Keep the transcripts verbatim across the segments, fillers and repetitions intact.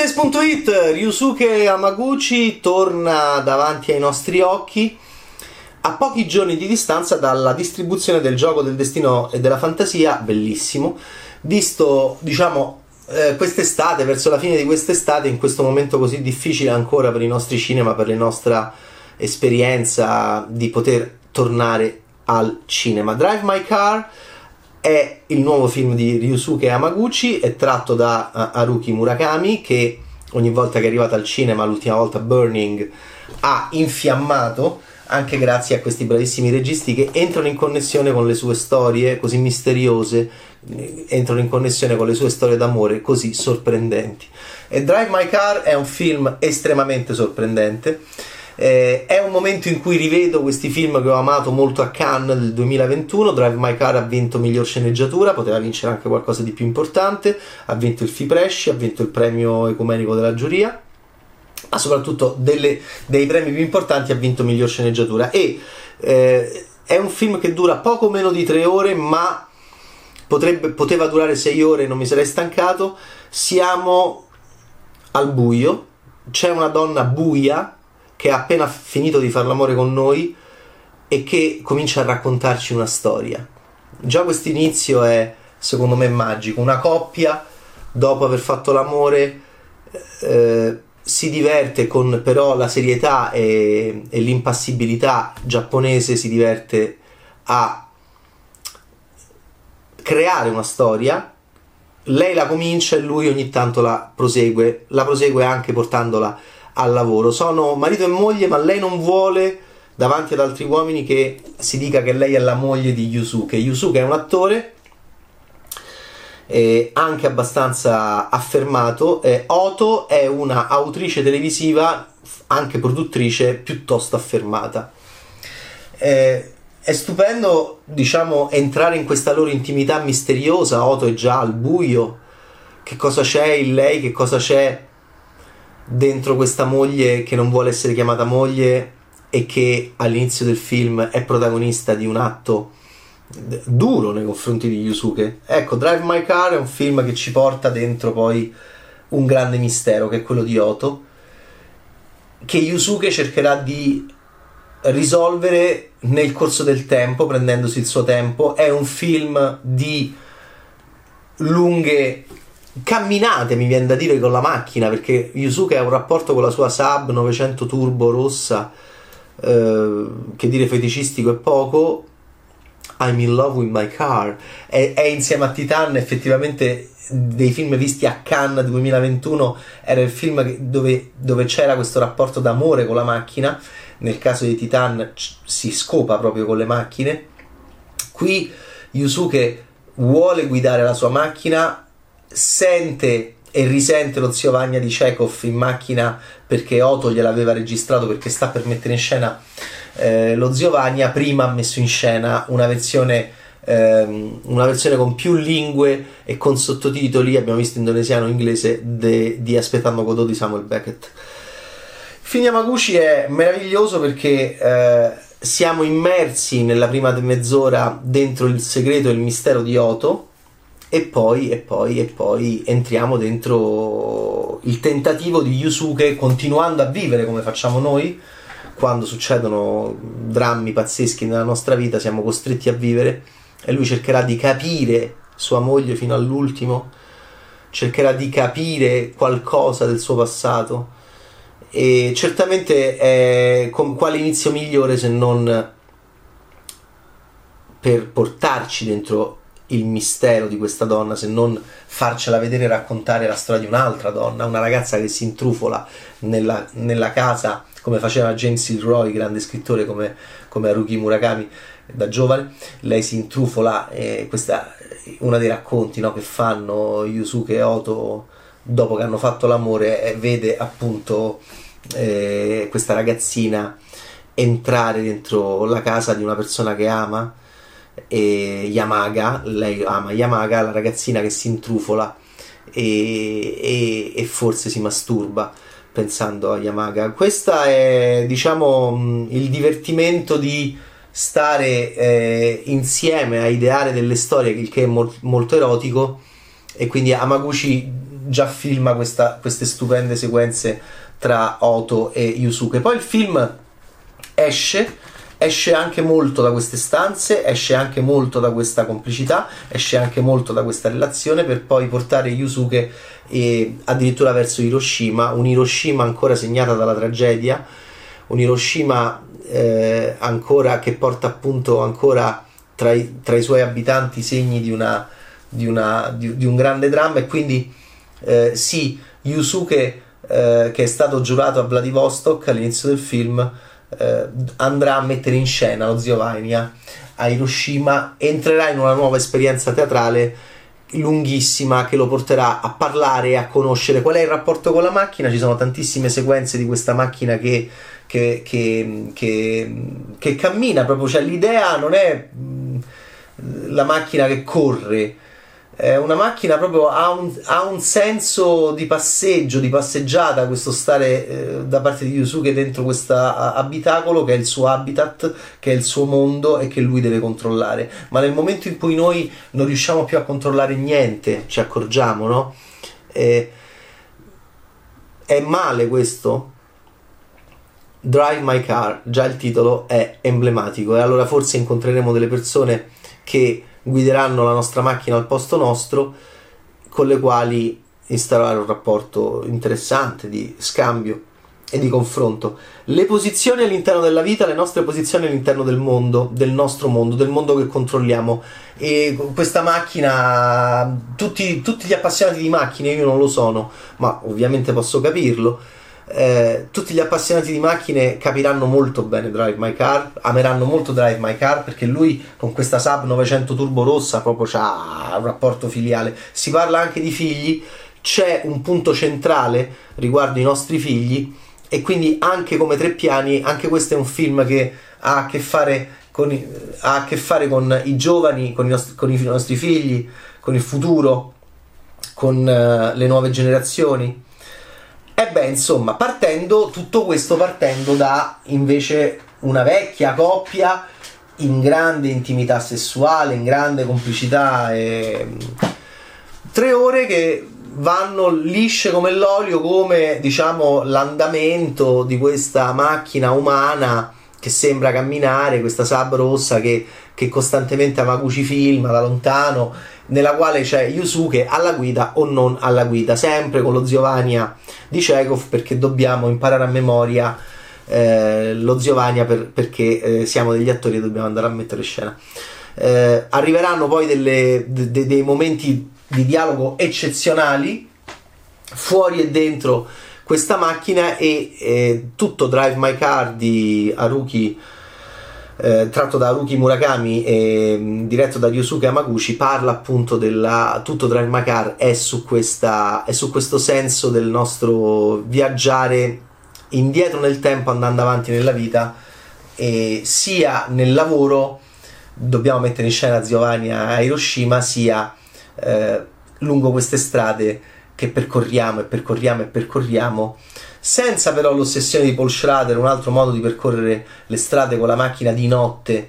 Games punto it, Ryusuke Hamaguchi torna davanti ai nostri occhi a pochi giorni di distanza dalla distribuzione del Gioco del Destino e della Fantasia, bellissimo, visto, diciamo, eh, quest'estate, verso la fine di quest'estate, in questo momento così difficile ancora per i nostri cinema, per la nostra esperienza di poter tornare al cinema. Drive My Car è il nuovo film di Ryusuke Hamaguchi, è tratto da uh, Haruki Murakami, che ogni volta che è arrivato al cinema, l'ultima volta Burning, ha infiammato, anche grazie a questi bravissimi registi che entrano in connessione con le sue storie così misteriose, entrano in connessione con le sue storie d'amore così sorprendenti. E Drive My Car è un film estremamente sorprendente. Eh, è un momento in cui rivedo questi film che ho amato molto a Cannes del duemilaventuno. Drive My Car ha vinto miglior sceneggiatura, poteva vincere anche qualcosa di più importante, ha vinto il FIPRESCI, ha vinto il premio ecumenico della giuria, ma soprattutto delle, dei premi più importanti ha vinto miglior sceneggiatura. E eh, è un film che dura poco meno di tre ore, ma potrebbe, poteva durare sei ore e non mi sarei stancato. Siamo al buio, c'è una donna buia che ha appena finito di fare l'amore con noi e che comincia a raccontarci una storia. Già questo inizio è, secondo me, magico. Una coppia, dopo aver fatto l'amore, eh, si diverte con però la serietà e, e l'impassibilità giapponese, si diverte a creare una storia. Lei la comincia e lui ogni tanto la prosegue, la prosegue anche portandola al lavoro. Sono marito e moglie, ma lei non vuole davanti ad altri uomini che si dica che lei è la moglie di Yusuke. Yusuke è un attore eh, anche abbastanza affermato. eh, Oto è una autrice televisiva, anche produttrice, piuttosto affermata. eh, è stupendo, diciamo, entrare in questa loro intimità misteriosa. Oto è già al buio, che cosa c'è in lei, che cosa c'è dentro questa moglie che non vuole essere chiamata moglie e che all'inizio del film è protagonista di un atto d- duro nei confronti di Yusuke. Ecco, Drive My Car è un film che ci porta dentro poi un grande mistero, che è quello di Oto, che Yusuke cercherà di risolvere nel corso del tempo, prendendosi il suo tempo. È un film di lunghe camminate, mi viene da dire, con la macchina, perché Yusuke ha un rapporto con la sua Saab novecento Turbo rossa, eh, che dire feticistico è poco. I'm in love with my car. È, è insieme a Titan, effettivamente, dei film visti a Cannes duemilaventuno, era il film che, dove, dove c'era questo rapporto d'amore con la macchina. Nel caso di Titan si scopa proprio con le macchine. Qui Yusuke vuole guidare la sua macchina, sente e risente lo zio Vanya di Chekhov in macchina perché Oto gliel'aveva registrato, perché sta per mettere in scena eh, lo zio Vanya. Prima ha messo in scena una versione ehm, una versione con più lingue e con sottotitoli, abbiamo visto indonesiano e inglese, de, di Aspettando Godot di Samuel Beckett. Il film di Hamaguchi è meraviglioso perché eh, siamo immersi nella prima mezz'ora dentro il segreto e il mistero di Oto, e poi, e poi, e poi entriamo dentro il tentativo di Yusuke, continuando a vivere come facciamo noi quando succedono drammi pazzeschi nella nostra vita. Siamo costretti a vivere, e lui cercherà di capire sua moglie fino all'ultimo, cercherà di capire qualcosa del suo passato, e certamente è, con quale inizio migliore se non per portarci dentro il mistero di questa donna, se non farcela vedere e raccontare la storia di un'altra donna, una ragazza che si intrufola nella, nella casa, come faceva James Ellroy, grande scrittore come, come Haruki Murakami da giovane. Lei si intrufola, e questa è uno dei racconti, no, che fanno Yusuke e Oto dopo che hanno fatto l'amore, e vede appunto eh, questa ragazzina entrare dentro la casa di una persona che ama, e Yamaga, lei ama Yamaga, la ragazzina che si intrufola e, e, e forse si masturba pensando a Yamaga. Questa è, diciamo, il divertimento di stare eh, insieme a ideare delle storie, il che è mo- molto erotico, e quindi Hamaguchi già filma questa, queste stupende sequenze tra Oto e Yusuke. Poi il film esce esce anche molto da queste stanze, esce anche molto da questa complicità, esce anche molto da questa relazione, per poi portare Yusuke eh, addirittura verso Hiroshima, un Hiroshima ancora segnata dalla tragedia, un Hiroshima eh, ancora che porta appunto ancora tra i, tra i suoi abitanti segni di, una, di, una, di, di un grande dramma. E quindi eh, sì, Yusuke eh, che è stato giurato a Vladivostok all'inizio del film eh, andrà a mettere in scena lo zio Vainia a Hiroshima, entrerà in una nuova esperienza teatrale lunghissima che lo porterà a parlare e a conoscere qual è il rapporto con la macchina. Ci sono tantissime sequenze di questa macchina che Che, che, che, che cammina proprio, cioè l'idea non è mh, la macchina che corre, è una macchina proprio, ha un, ha un senso di passeggio, di passeggiata, questo stare eh, da parte di Yusuke dentro questo abitacolo che è il suo habitat, che è il suo mondo e che lui deve controllare. Ma nel momento in cui noi non riusciamo più a controllare niente, ci accorgiamo, no? E, è male questo? Drive My Car, già il titolo è emblematico, e allora forse incontreremo delle persone che guideranno la nostra macchina al posto nostro, con le quali instaurare un rapporto interessante di scambio e di confronto. Le posizioni all'interno della vita, le nostre posizioni all'interno del mondo, del nostro mondo, del mondo che controlliamo. E questa macchina, tutti, tutti gli appassionati di macchine, io non lo sono, ma ovviamente posso capirlo. Eh, tutti gli appassionati di macchine capiranno molto bene Drive My Car, ameranno molto Drive My Car, perché lui con questa Saab novecento turbo rossa proprio c'ha un rapporto filiale. Si parla anche di figli, c'è un punto centrale riguardo i nostri figli, e quindi anche come Tre Piani, anche questo è un film che ha a che fare con i, ha a che fare con i giovani, con i nostri, con i nostri figli, con il futuro, con uh, le nuove generazioni. E beh, insomma, partendo, tutto questo partendo da invece una vecchia coppia in grande intimità sessuale, in grande complicità, e tre ore che vanno lisce come l'olio, come diciamo l'andamento di questa macchina umana che sembra camminare, questa Saab rossa che, che costantemente Hamaguchi filma da lontano, nella quale c'è Yusuke alla guida o non alla guida, sempre con lo zio Vania di Chekhov, perché dobbiamo imparare a memoria eh, lo zio Vania per, perché eh, siamo degli attori e dobbiamo andare a mettere in scena. Eh, arriveranno poi delle, de, de, dei momenti di dialogo eccezionali fuori e dentro questa macchina, e eh, tutto Drive My Car di Haruki, Eh, tratto da Haruki Murakami e mh, diretto da Ryosuke Hamaguchi, parla appunto della, tutto Drive My Car è su questa, è su questo senso del nostro viaggiare indietro nel tempo andando avanti nella vita, e sia nel lavoro dobbiamo mettere in scena Zio Vania a Hiroshima, sia eh, lungo queste strade che percorriamo e percorriamo e percorriamo, senza però l'ossessione di Paul Schrader, un altro modo di percorrere le strade con la macchina di notte,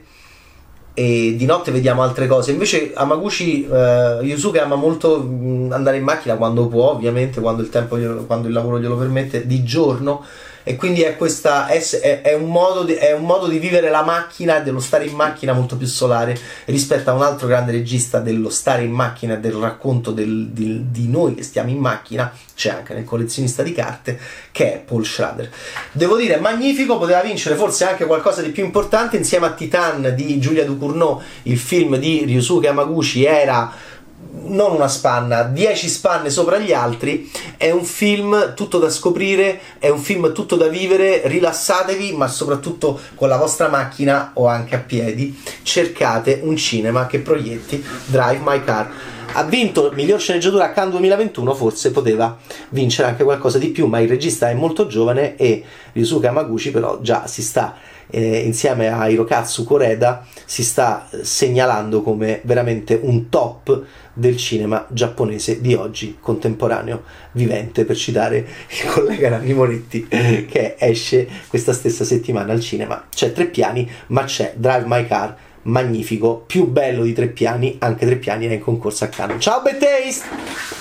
e di notte vediamo altre cose. Invece Hamaguchi, eh, Yusuke ama molto mh, andare in macchina quando può, ovviamente quando il tempo glielo, quando il lavoro glielo permette, di giorno, e quindi è, questa, è, è, un modo di, è un modo di vivere la macchina, dello stare in macchina molto più solare rispetto a un altro grande regista dello stare in macchina e del racconto del, di, di noi che stiamo in macchina, c'è anche nel Collezionista di carte, che è Paul Schrader. Devo dire, magnifico, poteva vincere forse anche qualcosa di più importante. Insieme a Titan di Julia Ducournau, il film di Ryosuke Hamaguchi era non una spanna, dieci spanne sopra gli altri. È un film tutto da scoprire, è un film tutto da vivere, rilassatevi, ma soprattutto con la vostra macchina o anche a piedi cercate un cinema che proietti Drive My Car. Ha vinto miglior sceneggiatura a Cannes duemilaventuno, forse poteva vincere anche qualcosa di più, ma il regista è molto giovane e Ryosuke Hamaguchi però già si sta eh, insieme a Hirokatsu Koreda si sta segnalando come veramente un top del cinema giapponese di oggi, contemporaneo, vivente, per citare il collega Nanni Moretti, che esce questa stessa settimana al cinema. C'è Tre Piani, ma c'è Drive My Car, magnifico, più bello di Tre Piani, anche Tre Piani è in concorso a Cannes. Ciao Bad Taste!